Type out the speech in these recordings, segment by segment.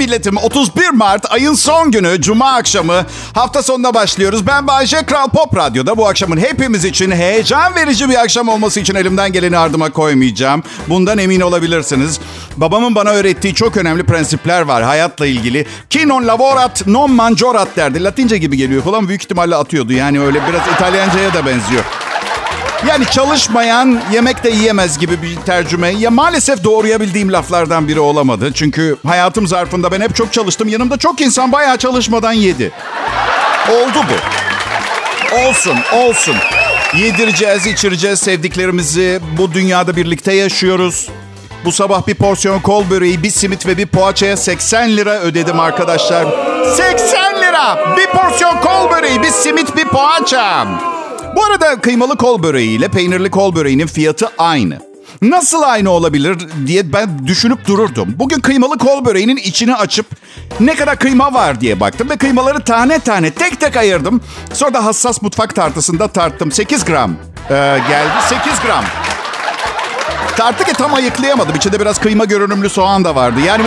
milletim. 31 Mart ayın son günü, Cuma akşamı. Hafta sonuna başlıyoruz. Ben Bayece, Kral Pop Radyo'da bu akşamın hepimiz için heyecan verici bir akşam olması için elimden geleni ardıma koymayacağım. Bundan emin olabilirsiniz. Babamın bana öğrettiği çok önemli prensipler var hayatla ilgili. Qui non lavorat non mangerat derdi. Latince gibi geliyor falan, büyük ihtimalle atıyordu. Yani öyle biraz İtalyanca'ya da benziyor. Yani çalışmayan yemek de yiyemez gibi bir tercüme. Ya maalesef doğruyabildiğim laflardan biri olamadı. Çünkü hayatım zarfında ben hep çok çalıştım. Yanımda çok insan bayağı çalışmadan yedi. Oldu bu. Olsun. Yedireceğiz, içireceğiz sevdiklerimizi. Bu dünyada birlikte yaşıyoruz. Bu sabah bir porsiyon kol böreği, bir simit ve bir poğaçaya 80 lira ödedim arkadaşlar. 80 lira! Bir porsiyon kol böreği, bir simit, bir poğaça. Bu arada kıymalı kol böreği ile peynirli kol böreğinin fiyatı aynı. Nasıl aynı olabilir diye ben düşünüp dururdum. Bugün kıymalı kol böreğinin içini açıp ne kadar kıyma var diye baktım ve kıymaları tane tane tek tek ayırdım. Sonra da hassas mutfak tartısında tarttım. 8 gram geldi. 8 gram. Tartı ki tam ayıklayamadım. İçinde biraz kıyma görünümlü soğan da vardı. Yani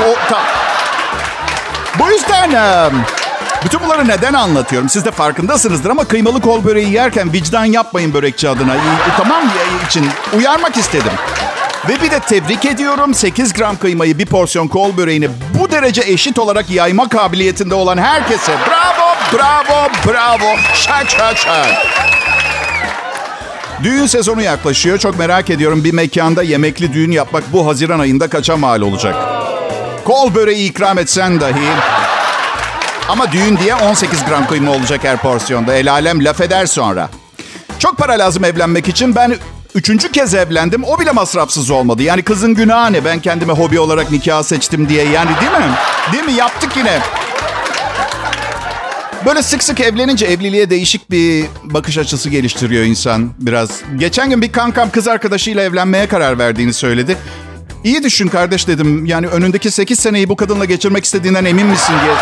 bu yüzden bütün bunları neden anlatıyorum? Siz de farkındasınızdır ama kıymalı kol böreği yerken vicdan yapmayın börekçi adına. Tamam için uyarmak istedim. Ve bir de tebrik ediyorum. 8 gram kıymayı bir porsiyon kol böreğini bu derece eşit olarak yayma kabiliyetinde olan herkese bravo. Şak. Düğün sezonu yaklaşıyor. Çok merak ediyorum, bir mekanda yemekli düğün yapmak bu Haziran ayında kaça mal olacak? Kol böreği ikram etsen dahi. Ama düğün diye 18 gram kıyma olacak her porsiyonda. El alem laf eder sonra. Çok para lazım evlenmek için. Ben 3. kez evlendim. O bile masrafsız olmadı. Yani kızın günahı ne? Ben kendime hobi olarak nikah seçtim diye. Yani değil mi? Değil mi? Yaptık yine. Böyle sık sık evlenince evliliğe değişik bir bakış açısı geliştiriyor insan biraz. Geçen gün bir kankam kız arkadaşıyla evlenmeye karar verdiğini söyledi. İyi düşün kardeş dedim. Yani önündeki 8 seneyi bu kadınla geçirmek istediğinden emin misin diye.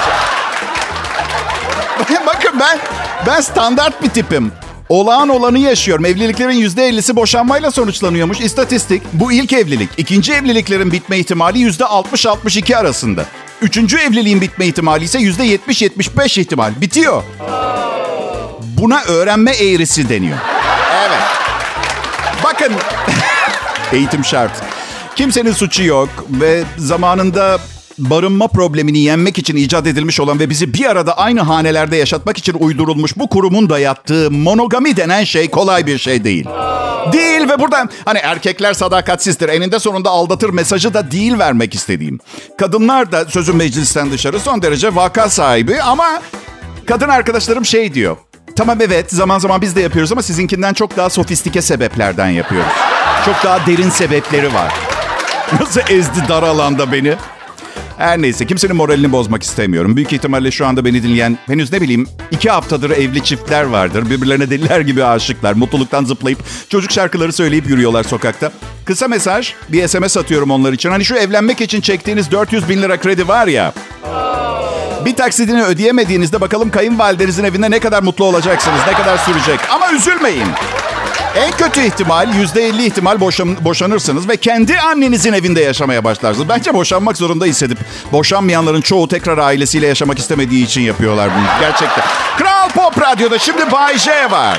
Bakın ben standart bir tipim. Olağan olanı yaşıyorum. Evliliklerin %50'si boşanmayla sonuçlanıyormuş. İstatistik. Bu ilk evlilik. İkinci evliliklerin bitme ihtimali %60-62 arasında. Üçüncü evliliğin bitme ihtimali ise %70-75 ihtimal. Bitiyor. Buna öğrenme eğrisi deniyor. Evet. Bakın. Eğitim şart. Kimsenin suçu yok ve zamanında barınma problemini yenmek için icat edilmiş olan ve bizi bir arada aynı hanelerde yaşatmak için uydurulmuş bu kurumun dayattığı monogami denen şey kolay bir şey değil. Değil ve burada hani erkekler sadakatsizdir, eninde sonunda aldatır mesajı da değil vermek istediğim. Kadınlar da sözün meclisten dışarı son derece vaka sahibi ama kadın arkadaşlarım şey diyor. Tamam evet zaman zaman biz de yapıyoruz ama sizinkinden çok daha sofistike sebeplerden yapıyoruz. Çok daha derin sebepleri var. Nasıl ezdi dar alanda beni? Her neyse kimsenin moralini bozmak istemiyorum. Büyük ihtimalle şu anda beni dinleyen henüz 2 haftadır evli çiftler vardır. Birbirlerine deliler gibi aşıklar. Mutluluktan zıplayıp çocuk şarkıları söyleyip yürüyorlar sokakta. Kısa mesaj, bir SMS atıyorum onlar için. Hani şu evlenmek için çektiğiniz 400 bin lira kredi var ya. Bir taksidini ödeyemediğinizde bakalım kayınvalidenizin evinde ne kadar mutlu olacaksınız, ne kadar sürecek. Ama üzülmeyin. En kötü ihtimal, %50 ihtimal boşanırsınız ve kendi annenizin evinde yaşamaya başlarsınız. Bence boşanmak zorunda hissedip boşanmayanların çoğu tekrar ailesiyle yaşamak istemediği için yapıyorlar bunu. Gerçekten. Kral Pop Radyo'da şimdi Bay J var.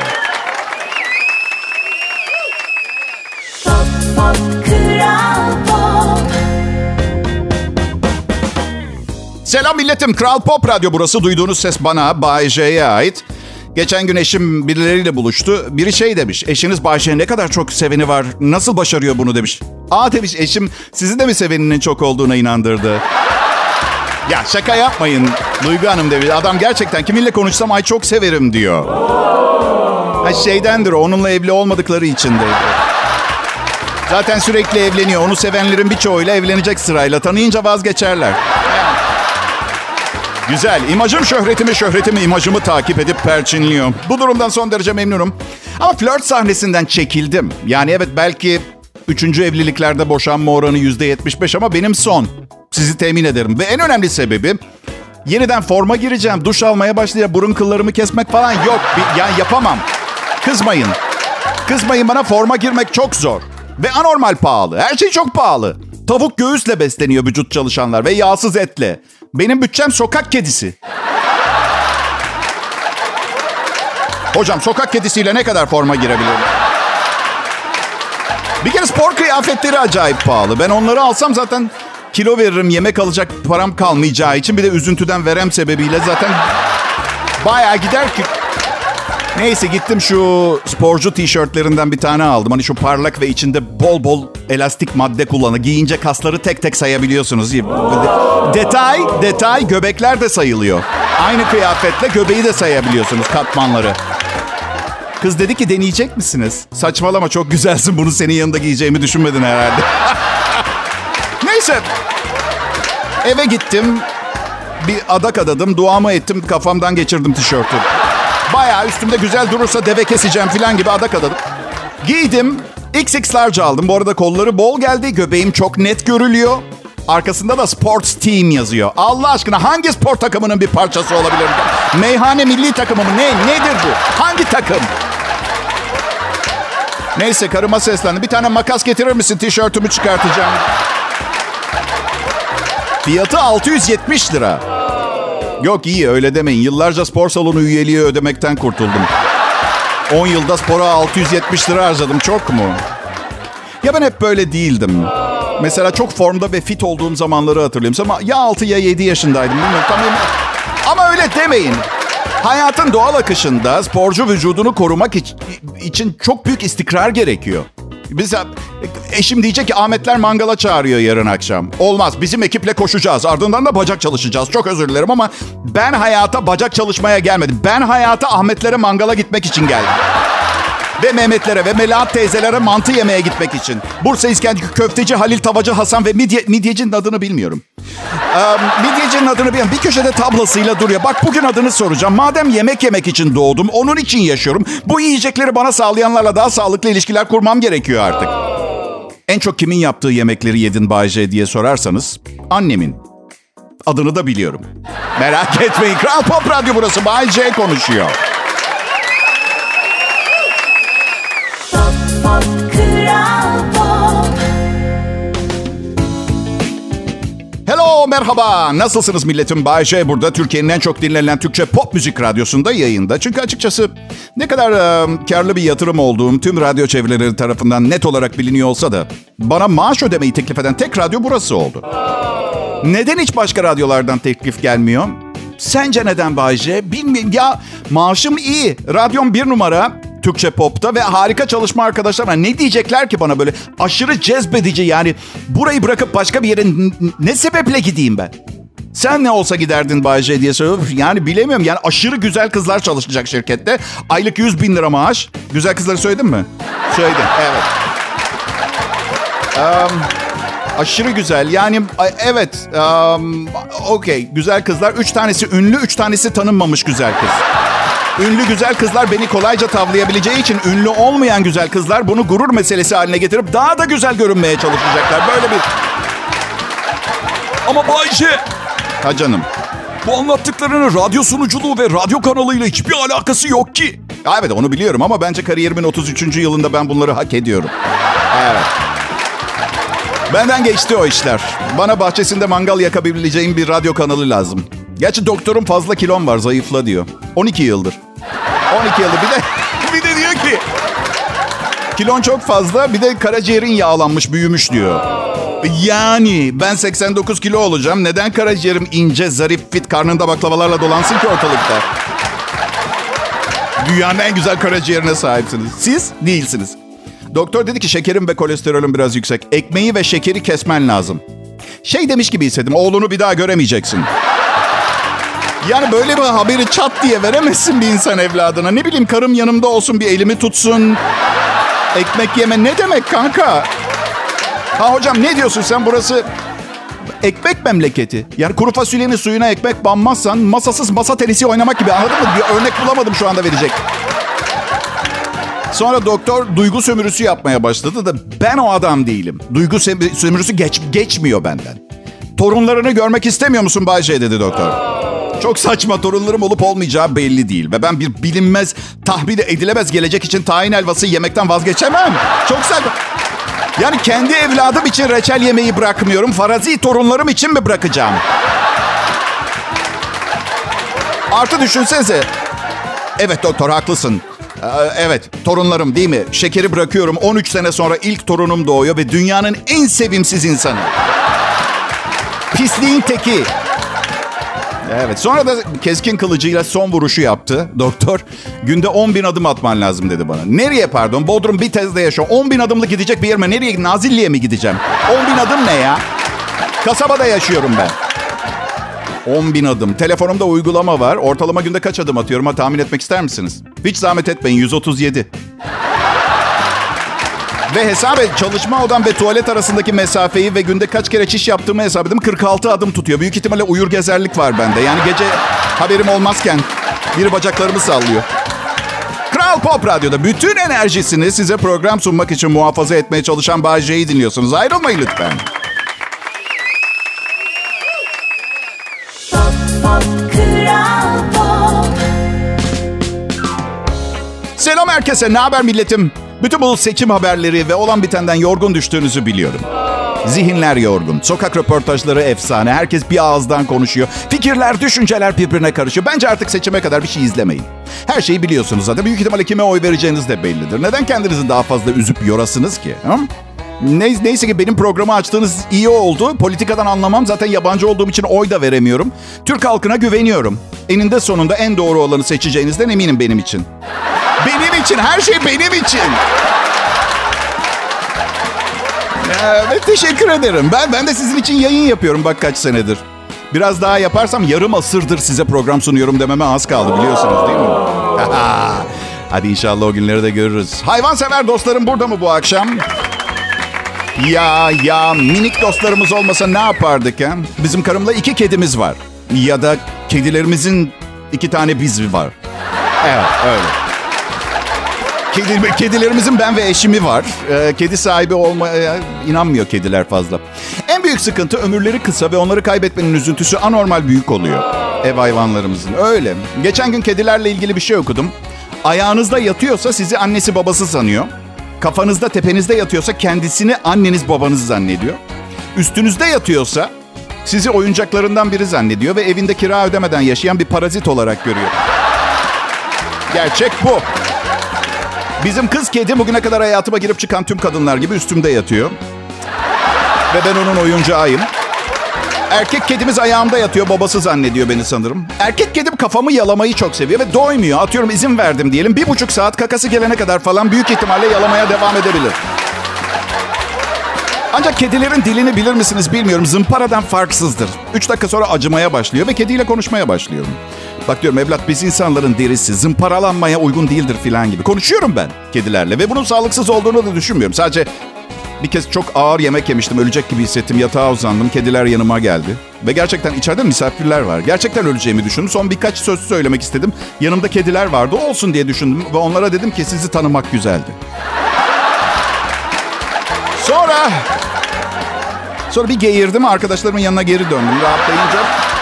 Pop, pop, Kral Pop. Selam milletim. Kral Pop Radyo burası. Duyduğunuz ses bana, Bay J'ye ait. Geçen gün eşim birileriyle buluştu. Biri şey demiş. Eşiniz Bayşe'nin ne kadar çok seveni var. Nasıl başarıyor bunu demiş. Demiş eşim sizin de mi seveninin çok olduğuna inandırdı. Ya şaka yapmayın Duygu Hanım demiş. Adam gerçekten kiminle konuşsam ay çok severim diyor. Şeydendir onunla evli olmadıkları içindir. Zaten sürekli evleniyor. Onu sevenlerin birçoğuyla evlenecek sırayla. Tanıyınca vazgeçerler. Güzel. İmajım şöhretimi imajımı takip edip perçinliyor. Bu durumdan son derece memnunum. Ama flört sahnesinden çekildim. Yani evet belki 3. evliliklerde boşanma oranı %75 ama benim son. Sizi temin ederim. Ve en önemli sebebi yeniden forma gireceğim. Duş almaya başlayacağım. Burun kıllarımı kesmek falan yok. Yani yapamam. Kızmayın. Kızmayın bana, forma girmek çok zor. Ve anormal pahalı. Her şey çok pahalı. Tavuk göğüsle besleniyor vücut çalışanlar ve yağsız etle. Benim bütçem sokak kedisi. Hocam sokak kedisiyle ne kadar forma girebilirim? Bir kere spor kıyafetleri acayip pahalı. Ben onları alsam zaten kilo veririm. Yemek alacak param kalmayacağı için. Bir de üzüntüden verem sebebiyle zaten bayağı gider ki. Neyse gittim şu sporcu tişörtlerinden bir tane aldım. Hani şu parlak ve içinde bol bol elastik madde kullanı. Giyince kasları tek tek sayabiliyorsunuz. Detay göbekler de sayılıyor. Aynı kıyafetle göbeği de sayabiliyorsunuz, katmanları. Kız dedi ki deneyecek misiniz? Saçmalama, çok güzelsin, bunu senin yanında giyeceğimi düşünmedin herhalde. Neyse. Eve gittim. Bir adak adadım. Duamı ettim. Kafamdan geçirdim tişörtü. Bayağı üstümde güzel durursa deve keseceğim falan gibi adak adadım. Giydim. XX large aldım. Bu arada kolları bol geldi. Göbeğim çok net görülüyor. Arkasında da Sports Team yazıyor. Allah aşkına hangi spor takımının bir parçası olabilir? Meyhane milli takımı mı? Nedir bu? Hangi takım? Neyse karıma seslendim. Bir tane makas getirir misin? Tişörtümü çıkartacağım. Fiyatı 670 lira. Yok iyi öyle demeyin. Yıllarca spor salonu üyeliği ödemekten kurtuldum. 10 yılda spora 670 lira harcadım. Çok mu? Ya ben hep böyle değildim. Mesela çok formda ve fit olduğum zamanları hatırlıyorum. Ama ya 6 ya 7 yaşındaydım. Bilmiyorum tam emin. Ama öyle demeyin. Hayatın doğal akışında sporcu vücudunu korumak için çok büyük istikrar gerekiyor. Mesela eşim diyecek ki Ahmetler mangala çağırıyor yarın akşam. Olmaz, bizim ekiple koşacağız. Ardından da bacak çalışacağız. Çok özür dilerim ama ben hayata bacak çalışmaya gelmedim. Ben hayata Ahmetlere mangala gitmek için geldim. Ve Mehmetlere ve Melahat teyzelere mantı yemeye gitmek için. Bursa İskender köfteci Halil Tavacı Hasan ve midyecinin adını bilmiyorum. Midyecinin adını bilmiyorum. Bir köşede tablasıyla duruyor. Bak bugün adını soracağım. Madem yemek yemek için doğdum, onun için yaşıyorum. Bu yiyecekleri bana sağlayanlarla daha sağlıklı ilişkiler kurmam gerekiyor artık. En çok kimin yaptığı yemekleri yedin Bay J diye sorarsanız annemin. Adını da biliyorum. Merak etmeyin. Kral Pop Radyo burası. Bay J konuşuyor. Hello, merhaba. Nasılsınız milletim? Bay J burada. Türkiye'nin en çok dinlenen Türkçe pop müzik radyosunda yayında. Çünkü açıkçası ne kadar karlı bir yatırım olduğum tüm radyo çevreleri tarafından net olarak biliniyor olsa da bana maaş ödemeyi teklif eden tek radyo burası oldu. Neden hiç başka radyolardan teklif gelmiyor? Sence neden Bay J? Bilmiyorum. Ya maaşım iyi. Radyom 1 numara. Türkçe popta ve harika çalışma arkadaşlarına ne diyecekler ki bana böyle aşırı cezbedici, yani burayı bırakıp başka bir yere ne sebeple gideyim ben? Sen ne olsa giderdin Bay J diye söylüyorum. Yani bilemiyorum, yani aşırı güzel kızlar çalışacak şirkette. Aylık 100 bin lira maaş. Güzel kızları söyledim mi? Söyledim, evet. Aşırı güzel yani, evet. Okey, güzel kızlar. 3 tanesi ünlü, 3 tanesi tanınmamış güzel kız. Ünlü güzel kızlar beni kolayca tavlayabileceği için ünlü olmayan güzel kızlar bunu gurur meselesi haline getirip daha da güzel görünmeye çalışacaklar. Böyle bir... Ama Bayce, Ha canım. bu anlattıklarının radyo sunuculuğu ve radyo kanalıyla hiçbir alakası yok ki. Ya evet, onu biliyorum ama bence kariyerimin 33. yılında ben bunları hak ediyorum. Evet. Benden geçti o işler. Bana bahçesinde mangal yakabileceğim bir radyo kanalı lazım. Gerçi doktorum fazla kilom var, zayıfla diyor. 12 yıldır. 12 yıldır. Bir de diyor ki kilon çok fazla, bir de karaciğerin yağlanmış, büyümüş diyor. Yani ben 89 kilo olacağım. Neden karaciğerim ince, zarif, fit, karnında baklavalarla dolansın ki ortalıkta? Dünyanın en güzel karaciğerine sahipsiniz. Siz değilsiniz. Doktor dedi ki şekerim ve kolesterolüm biraz yüksek. Ekmeği ve şekeri kesmen lazım. Şey demiş gibi hissettim. Oğlunu bir daha göremeyeceksin. Yani böyle bir haberi çat diye veremezsin bir insan evladına. Ne bileyim, karım yanımda olsun, bir elimi tutsun. Ekmek yeme ne demek kanka? Ha hocam ne diyorsun sen, burası ekmek memleketi. Yani kuru fasulyenin suyuna ekmek banmazsan masasız masa tenisi oynamak gibi, anladın mı? Bir örnek bulamadım şu anda verecek. Sonra doktor duygu sömürüsü yapmaya başladı da ben o adam değilim. Duygu sömürüsü geçmiyor benden. Torunlarını görmek istemiyor musun Bay J dedi doktor. Çok saçma, torunlarım olup olmayacağı belli değil. Ve ben bir bilinmez, tahmin edilemez gelecek için tahin helvası yemekten vazgeçemem. Çok saçma. Yani kendi evladım için reçel yemeyi bırakmıyorum. Farazi torunlarım için mi bırakacağım? Artı düşünsenize. Evet doktor, haklısın. Evet, torunlarım değil mi? Şekeri bırakıyorum. 13 sene sonra ilk torunum doğuyor ve dünyanın en sevimsiz insanı. Pisliğin teki. Evet, sonra da keskin kılıcıyla son vuruşu yaptı. Doktor, günde 10.000 adım atman lazım dedi bana. Nereye pardon? Bodrum Bitez'de yaşıyor. 10.000 adımlık gidecek bir yer mi? Nereye? Nazilli'ye mi gideceğim? 10.000 adım ne ya? Kasabada yaşıyorum ben. 10.000 adım. Telefonumda uygulama var. Ortalama günde kaç adım atıyorum? Ha, tahmin etmek ister misiniz? Hiç zahmet etmeyin. 137. Ve hesap et, çalışma odam ve tuvalet arasındaki mesafeyi ve günde kaç kere çiş yaptığımı hesap ettim. 46 adım tutuyor. Büyük ihtimalle uyur gezerlik var bende. Yani gece haberim olmazken biri bacaklarımı sallıyor. Kral Pop Radyo'da bütün enerjisini size program sunmak için muhafaza etmeye çalışan Bay J'yi dinliyorsunuz. Ayrılmayın lütfen. Selam herkese. Ne haber milletim? Bütün bu seçim haberleri ve olan bitenden yorgun düştüğünüzü biliyorum. Zihinler yorgun. Sokak röportajları efsane. Herkes bir ağızdan konuşuyor. Fikirler, düşünceler birbirine karışıyor. Bence artık seçime kadar bir şey izlemeyin. Her şeyi biliyorsunuz zaten. Büyük ihtimalle kime oy vereceğiniz de bellidir. Neden kendinizi daha fazla üzüp yorasınız ki? Hı? Neyse ki benim programı açtığınız iyi oldu. Politikadan anlamam. Zaten yabancı olduğum için oy da veremiyorum. Türk halkına güveniyorum. Eninde sonunda en doğru olanı seçeceğinizden eminim benim için. Benim için. Her şey benim için. Evet, teşekkür ederim. Ben de sizin için yayın yapıyorum bak kaç senedir. Biraz daha yaparsam yarım asırdır size program sunuyorum dememe az kaldı biliyorsunuz değil mi? Hadi inşallah o günleri de görürüz. Hayvansever dostlarım burada mı bu akşam? Ya minik dostlarımız olmasa ne yapardık ha? Bizim karımla 2 kedimiz var. Ya da kedilerimizin 2 tane biz var. Evet öyle. Kedilerimizin ben ve eşimi var. Kedi sahibi olmaya inanmıyor kediler fazla. En büyük sıkıntı ömürleri kısa ve onları kaybetmenin üzüntüsü anormal büyük oluyor. Ev hayvanlarımızın. Öyle. Geçen gün kedilerle ilgili bir şey okudum. Ayağınızda yatıyorsa sizi annesi babası sanıyor. Kafanızda tepenizde yatıyorsa kendisini anneniz babanız zannediyor. Üstünüzde yatıyorsa sizi oyuncaklarından biri zannediyor ve evinde kira ödemeden yaşayan bir parazit olarak görüyor. Gerçek bu. Bizim kız kedi bugüne kadar hayatıma girip çıkan tüm kadınlar gibi üstümde yatıyor. Ve ben onun oyuncağıyım. Erkek kedimiz ayağımda yatıyor, babası zannediyor beni sanırım. Erkek kedim kafamı yalamayı çok seviyor ve doymuyor. Atıyorum izin verdim diyelim. 1,5 saat kakası gelene kadar falan büyük ihtimalle yalamaya devam edebilir. Ancak kedilerin dilini bilir misiniz bilmiyorum. Zımparadan farksızdır. 3 dakika sonra acımaya başlıyor ve kediyle konuşmaya başlıyorum. Bak diyorum evlat biz insanların derisi zımparalanmaya uygun değildir filan gibi. Konuşuyorum ben kedilerle ve bunun sağlıksız olduğunu da düşünmüyorum. Sadece bir kez çok ağır yemek yemiştim. Ölecek gibi hissettim. Yatağa uzandım. Kediler yanıma geldi. Ve gerçekten içeride misafirler var. Gerçekten öleceğimi düşündüm. Son birkaç söz söylemek istedim. Yanımda kediler vardı. Olsun diye düşündüm. Ve onlara dedim ki sizi tanımak güzeldi. Sonra bir geğirdim. Arkadaşlarımın yanına geri döndüm. Rahatlayınca.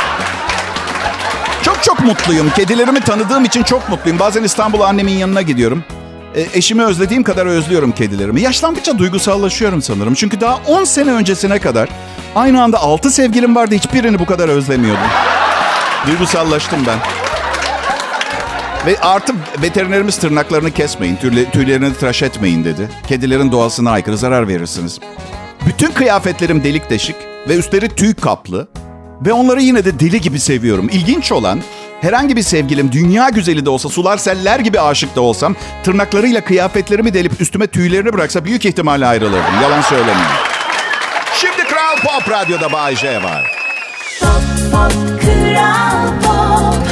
Çok mutluyum. Kedilerimi tanıdığım için çok mutluyum. Bazen İstanbul'a annemin yanına gidiyorum. Eşimi özlediğim kadar özlüyorum kedilerimi. Yaşlandıkça duygusallaşıyorum sanırım. Çünkü daha 10 sene öncesine kadar aynı anda 6 sevgilim vardı. Hiçbirini bu kadar özlemiyordum. Duygusallaştım ben. Ve artık veterinerimiz tırnaklarını kesmeyin, tüylerini tıraş etmeyin dedi. Kedilerin doğasına aykırı, zarar verirsiniz. Bütün kıyafetlerim delik deşik ve üstleri tüy kaplı. Ve onları yine de deli gibi seviyorum. İlginç olan herhangi bir sevgilim dünya güzeli de olsa, sular seller gibi aşık da olsam tırnaklarıyla kıyafetlerimi delip üstüme tüylerini bıraksa büyük ihtimalle ayrılırdım. Yalan söylemiyorum. Şimdi Kral Pop Radyo'da Bay J var. Pop, pop, Kral Pop.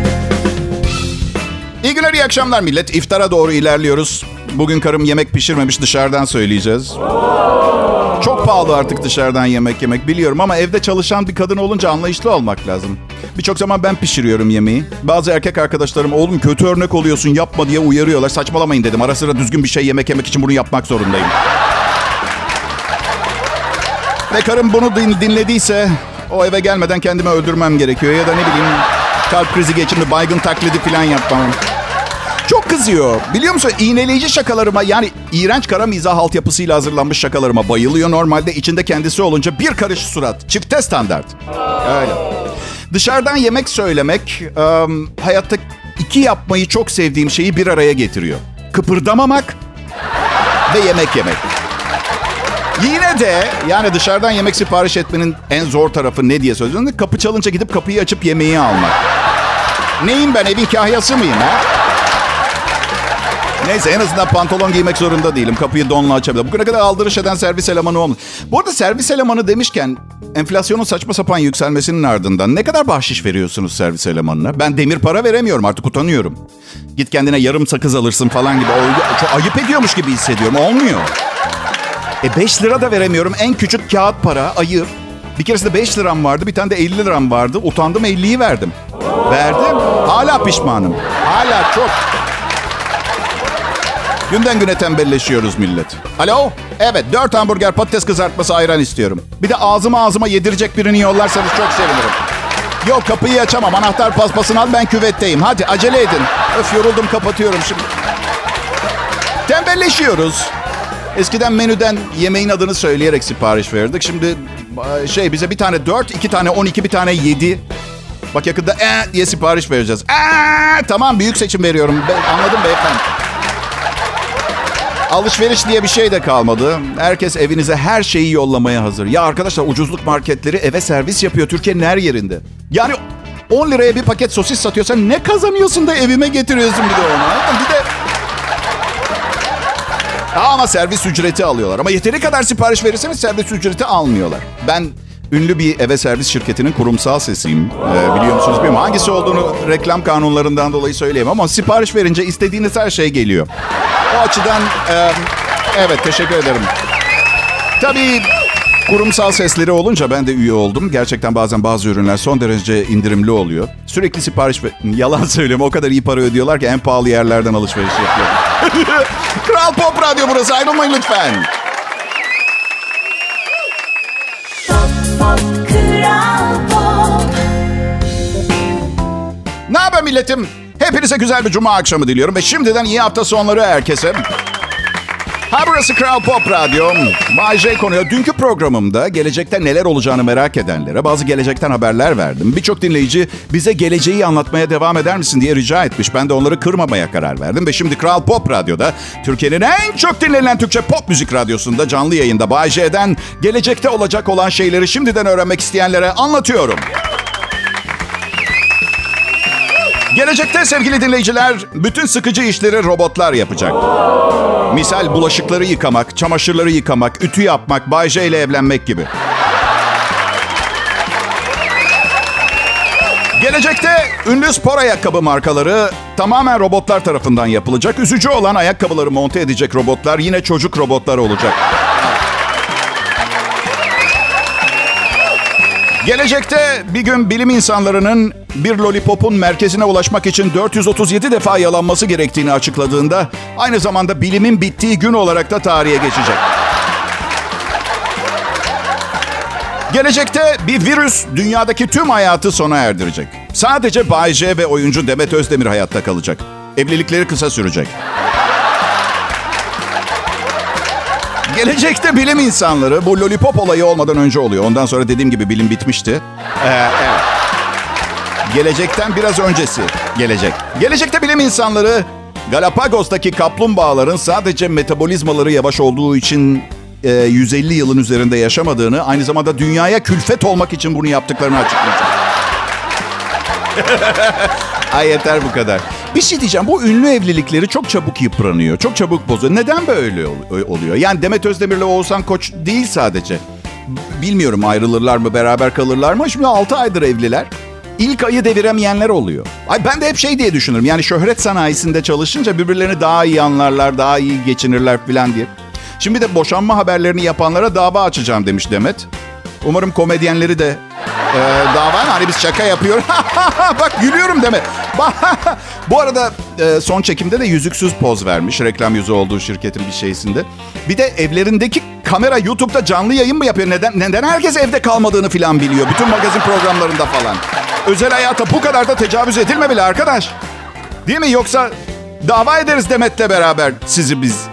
İyi günler, iyi akşamlar millet. İftara doğru ilerliyoruz. Bugün karım yemek pişirmemiş, dışarıdan söyleyeceğiz. Çok pahalı artık dışarıdan yemek yemek biliyorum ama evde çalışan bir kadın olunca anlayışlı olmak lazım. Birçok zaman ben pişiriyorum yemeği. Bazı erkek arkadaşlarım oğlum kötü örnek oluyorsun yapma diye uyarıyorlar. Saçmalamayın dedim. Ara sıra düzgün bir şey yemek için bunu yapmak zorundayım. Ve karım bunu dinlediyse o eve gelmeden kendimi öldürmem gerekiyor. Ya da ne bileyim kalp krizi geçirme, baygın taklidi falan yapmam. Çok kızıyor. Biliyor musun? İğneleyici şakalarıma, yani iğrenç kara mizah altyapısıyla hazırlanmış şakalarıma bayılıyor. Normalde içinde kendisi olunca bir karış surat. Çifte standart. Öyle. Dışarıdan yemek söylemek hayatta iki yapmayı çok sevdiğim şeyi bir araya getiriyor. Kıpırdamamak ve yemek yemek. Yine de yani dışarıdan yemek sipariş etmenin en zor tarafı ne diye söylüyorsun? Kapı çalınca gidip kapıyı açıp yemeği almak. Neyim ben, evin kahyası mıyım ha? Neyse, en azından pantolon giymek zorunda değilim. Kapıyı donla açabilirim. Bugüne kadar aldırış eden servis elemanı olmadı. Bu arada servis elemanı demişken, enflasyonun saçma sapan yükselmesinin ardından ne kadar bahşiş veriyorsunuz servis elemanına? Ben demir para veremiyorum, artık utanıyorum. Git kendine yarım sakız alırsın falan gibi. Çok ayıp ediyormuş gibi hissediyorum. Olmuyor. 5 lira da veremiyorum. En küçük kağıt para, ayır. Bir keresinde 5 liram vardı, bir tane de 50 liram vardı. Utandım, 50'yi verdim. Verdim. Hala pişmanım. Hala çok. Günden güne tembelleşiyoruz millet. Alo? Evet, 4 hamburger, patates kızartması, ayran istiyorum. Bir de ağzıma yedirecek birini yollarsanız çok sevinirim. Yok, kapıyı açamam. Anahtar paspasını al, ben küvetteyim. Hadi acele edin. Öf, yoruldum, kapatıyorum şimdi. Tembelleşiyoruz. Eskiden menüden yemeğin adını söyleyerek sipariş verirdik. Şimdi bize bir tane 4, 2 tane 12, bir tane 7. Bak yakında diye sipariş vereceğiz. Tamam, büyük seçim veriyorum. Anladım beyefendi. Alışveriş diye bir şey de kalmadı. Herkes evinize her şeyi yollamaya hazır. Ya arkadaşlar, ucuzluk marketleri eve servis yapıyor Türkiye'nin her yerinde. Yani 10 liraya bir paket sosis satıyorsan ne kazanıyorsun da evime getiriyorsun bir de onu. Bir de... Ama servis ücreti alıyorlar. Ama yeteri kadar sipariş verirseniz servis ücreti almıyorlar. Ben ünlü bir eve servis şirketinin kurumsal sesiyim. Biliyor musunuz bilmiyorum. Hangisi olduğunu reklam kanunlarından dolayı söyleyemem. Ama sipariş verince istediğiniz her şey geliyor. O açıdan evet, teşekkür ederim. Tabii kurumsal sesleri olunca ben de üye oldum. Gerçekten bazen bazı ürünler son derece indirimli oluyor. Sürekli sipariş yalan söylüyorum. O kadar iyi para ödüyorlar ki en pahalı yerlerden alışveriş yapıyorum. Kral Pop Radyo burası. Ayrılmayın lütfen. Ne haber milletim? Hepinize güzel bir cuma akşamı diliyorum ve şimdiden iyi hafta sonları herkese. Burası Kral Pop Radyo. Bay J konuyor. Dünkü programımda gelecekte neler olacağını merak edenlere bazı gelecekten haberler verdim. Birçok dinleyici bize geleceği anlatmaya devam eder misin diye rica etmiş. Ben de onları kırmamaya karar verdim. Ve şimdi Kral Pop Radyo'da, Türkiye'nin en çok dinlenen Türkçe pop müzik radyosunda canlı yayında Bay J'den gelecekte olacak olan şeyleri şimdiden öğrenmek isteyenlere anlatıyorum. Gelecekte sevgili dinleyiciler, bütün sıkıcı işleri robotlar yapacak. Misal bulaşıkları yıkamak, çamaşırları yıkamak, ütü yapmak, Bay J ile evlenmek gibi. Gelecekte ünlü spor ayakkabı markaları tamamen robotlar tarafından yapılacak. Üzücü olan, ayakkabıları monte edecek robotlar yine çocuk robotları olacak. Gelecekte bir gün bilim insanlarının bir lollipopun merkezine ulaşmak için 437 defa yalanması gerektiğini açıkladığında aynı zamanda bilimin bittiği gün olarak da tarihe geçecek. Gelecekte bir virüs dünyadaki tüm hayatı sona erdirecek. Sadece Bay J ve oyuncu Demet Özdemir hayatta kalacak. Evlilikleri kısa sürecek. Gelecekte bilim insanları, bu lollipop olayı olmadan önce oluyor. Ondan sonra dediğim gibi bilim bitmişti. Evet. Gelecekten biraz öncesi gelecek. Gelecekte bilim insanları Galapagos'taki kaplumbağaların sadece metabolizmaları yavaş olduğu için 150 yılın üzerinde yaşamadığını, aynı zamanda dünyaya külfet olmak için bunu yaptıklarını açıklayacak. Ay yeter bu kadar. Bir şey diyeceğim. Bu ünlü evlilikleri çok çabuk yıpranıyor. Çok çabuk bozuyor. Neden böyle oluyor? Yani Demet Özdemir'le Oğuzhan Koç değil sadece. Bilmiyorum, ayrılırlar mı, beraber kalırlar mı? Şimdi 6 aydır evliler. İlk ayı deviremeyenler oluyor. Ay ben de hep şey diye düşünürüm. Yani şöhret sanayisinde çalışınca birbirlerini daha iyi anlarlar, daha iyi geçinirler falan diye. Şimdi de boşanma haberlerini yapanlara dava açacağım demiş Demet. Umarım komedyenleri de dava, hani biz şaka yapıyoruz. Bak gülüyorum Demet. Bu arada son çekimde de yüzüksüz poz vermiş. Reklam yüzü olduğu şirketin bir şeysinde. Bir de evlerindeki kamera YouTube'da canlı yayın mı yapıyor? Neden herkes evde kalmadığını falan biliyor. Bütün magazin programlarında falan. Özel hayata bu kadar da tecavüz edilmemeli arkadaş. Değil mi? Yoksa Dava ederiz Demet'le beraber sizi biz.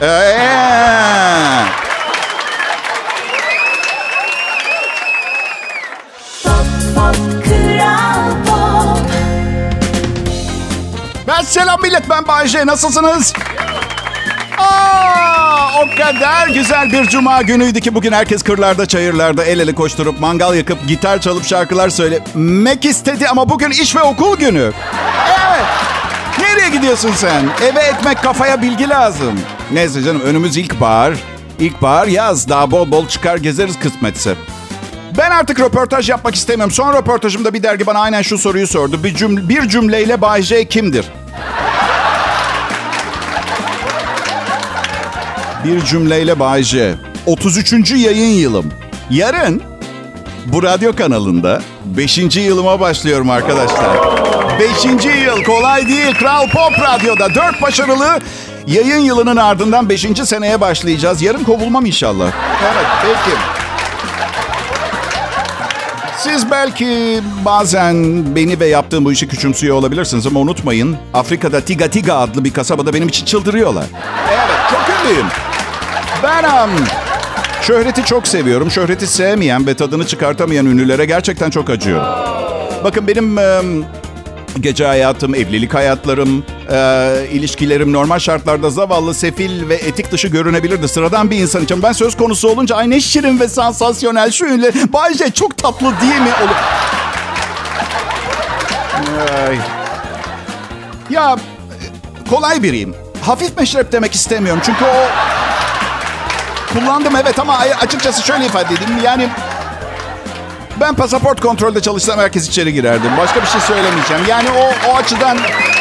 Selam millet, ben Bayece. Nasılsınız? O kadar güzel bir cuma günüydü ki bugün herkes kırlarda, çayırlarda el ele koşturup, mangal yakıp, gitar çalıp şarkılar söylemek istedi. Ama bugün iş ve okul günü. Evet. Nereye gidiyorsun sen? Eve ekmek, kafaya bilgi lazım. Neyse canım, önümüz ilkbahar. İlkbahar, yaz. Daha bol bol çıkar gezeriz kısmetse. Ben artık röportaj yapmak istemiyorum. Son röportajımda bir dergi bana aynen şu soruyu sordu. Bir cümleyle Bay J kimdir? Bir cümleyle Bay J. 33. yayın yılım. Yarın bu radyo kanalında 5. yılıma başlıyorum arkadaşlar. 5. yıl kolay değil. Kral Pop Radyo'da 4 başarılı yayın yılının ardından 5. seneye başlayacağız. Yarın kovulmam inşallah. Evet, peki. Siz belki bazen beni ve yaptığım bu işi küçümsüyor olabilirsiniz ama unutmayın, Afrika'da Tiga Tiga adlı bir kasabada benim için çıldırıyorlar. Evet, çok ünlüyüm. Ben şöhreti çok seviyorum. Şöhreti sevmeyen ve tadını çıkartamayan ünlülere gerçekten çok acıyorum. Bakın benim gece hayatım, evlilik hayatlarım, ilişkilerim normal şartlarda zavallı, sefil ve etik dışı görünebilirdi. Sıradan bir insan için. Ben söz konusu olunca ay ne şirin ve sansasyonel şu ünlü. Bayce çok tatlı değil mi? Ya kolay biriyim. Hafif meşrep demek istemiyorum. Çünkü o kullandım evet ama açıkçası şöyle ifade edeyim. Yani ben pasaport kontrolde çalışsam herkes içeri girerdim. Başka bir şey söylemeyeceğim. Yani o açıdan...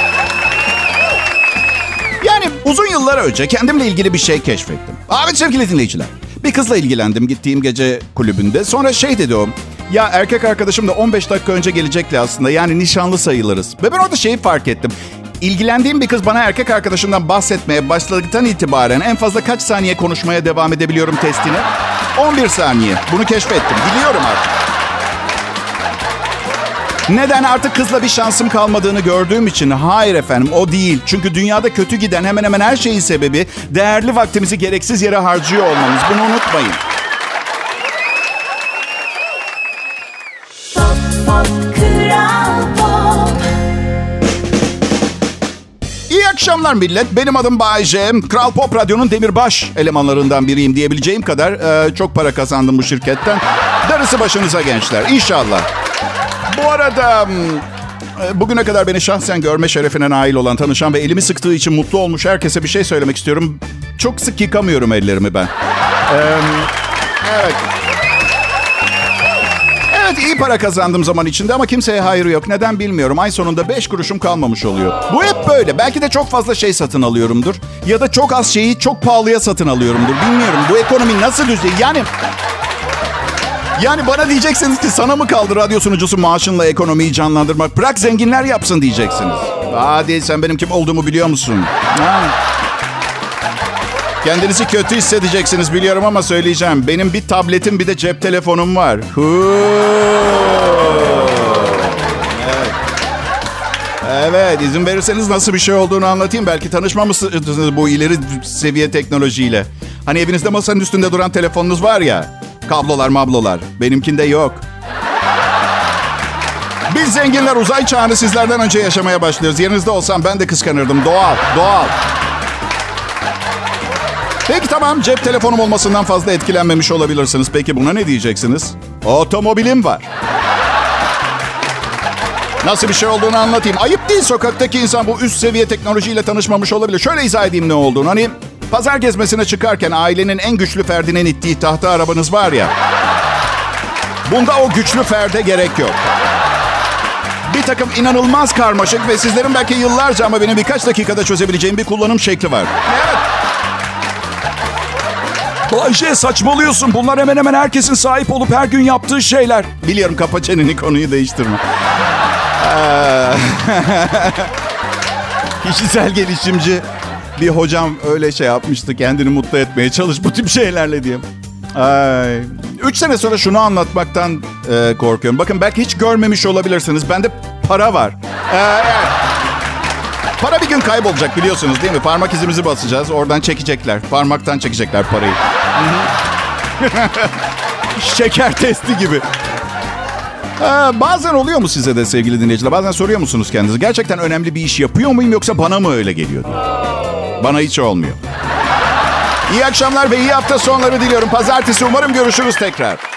Yani uzun yıllar önce kendimle ilgili bir şey keşfettim. Evet sevgili dinleyiciler. Bir kızla ilgilendim gittiğim gece kulübünde. Sonra şey dedi o. Ya erkek arkadaşım da 15 dakika önce gelecekti aslında. Yani nişanlı sayılırız. Ve ben orada şeyi fark ettim. İlgilendiğim bir kız bana erkek arkadaşından bahsetmeye başladıktan itibaren en fazla kaç saniye konuşmaya devam edebiliyorum testini? 11 saniye. Bunu keşfettim. Biliyorum artık. Neden? Artık kızla bir şansım kalmadığını gördüğüm için. Hayır efendim, o değil. Çünkü dünyada kötü giden hemen hemen her şeyin sebebi değerli vaktimizi gereksiz yere harcıyor olmamız. Bunu unutmayın. İyi akşamlar millet. Benim adım Bay J. Kral Pop Radyo'nun demirbaş elemanlarından biriyim diyebileceğim kadar çok para kazandım bu şirketten. Darısı başınıza gençler. İnşallah. Bu arada bugüne kadar beni şahsen görme şerefine nail olan, tanışan ve elimi sıktığı için mutlu olmuş herkese bir şey söylemek istiyorum. Çok sık yıkamıyorum ellerimi ben. Evet. Evet, iyi para kazandım zaman içinde ama kimseye hayrı yok. Neden bilmiyorum. Ay sonunda 5 kuruşum kalmamış oluyor. Bu hep böyle. Belki de çok fazla şey satın alıyorumdur. Ya da çok az şeyi çok pahalıya satın alıyorumdur. Bilmiyorum. Bu ekonomi nasıl düzey? Yani bana diyeceksiniz ki sana mı kaldı radyo sunucusu maaşınla ekonomiyi canlandırmak? Bırak zenginler yapsın diyeceksiniz. Hadi sen benim kim olduğumu biliyor musun? Ha? Kendinizi kötü hissedeceksiniz biliyorum ama söyleyeceğim. Benim bir tabletim bir de cep telefonum var. Evet, izin verirseniz nasıl bir şey olduğunu anlatayım. Belki tanışmamışsınız bu ileri seviye teknolojiyle. Hani evinizde masanın üstünde duran telefonunuz var ya. Kablolar mablolar. Benimkinde yok. Biz zenginler uzay çağını sizlerden önce yaşamaya başlıyoruz. Yerinizde olsam ben de kıskanırdım. Doğal. Peki tamam, cep telefonum olmasından fazla etkilenmemiş olabilirsiniz. Peki buna ne diyeceksiniz? Otomobilim var. Nasıl bir şey olduğunu anlatayım. Ayıp değil, sokaktaki insan bu üst seviye teknolojiyle tanışmamış olabilir. Şöyle izah edeyim ne olduğunu. Hani pazar gezmesine çıkarken ailenin en güçlü ferdinin ittiği tahta arabanız var ya. Bunda o güçlü ferde gerek yok. Bir takım inanılmaz karmaşık ve sizlerin belki yıllarca ama benim birkaç dakikada çözebileceğim bir kullanım şekli var. Evet. Ayşe saçmalıyorsun. Bunlar hemen hemen herkesin sahip olup her gün yaptığı şeyler. Biliyorum, kapa çeneni, konuyu değiştirme. Kişisel gelişimci bir hocam öyle şey yapmıştı. Kendini mutlu etmeye çalış bu tip şeylerle diye. 3 sene sonra şunu anlatmaktan korkuyorum. Bakın belki hiç görmemiş olabilirsiniz. Bende para var. Para bir gün kaybolacak biliyorsunuz değil mi? Parmak izimizi basacağız. Oradan çekecekler. Parmaktan çekecekler parayı. Şeker testi gibi. Bazen oluyor mu size de sevgili dinleyiciler? Bazen soruyor musunuz kendinize? Gerçekten önemli bir iş yapıyor muyum yoksa bana mı öyle geliyor? Bana hiç olmuyor. İyi akşamlar ve iyi hafta sonları diliyorum. Pazartesi umarım görüşürüz tekrar.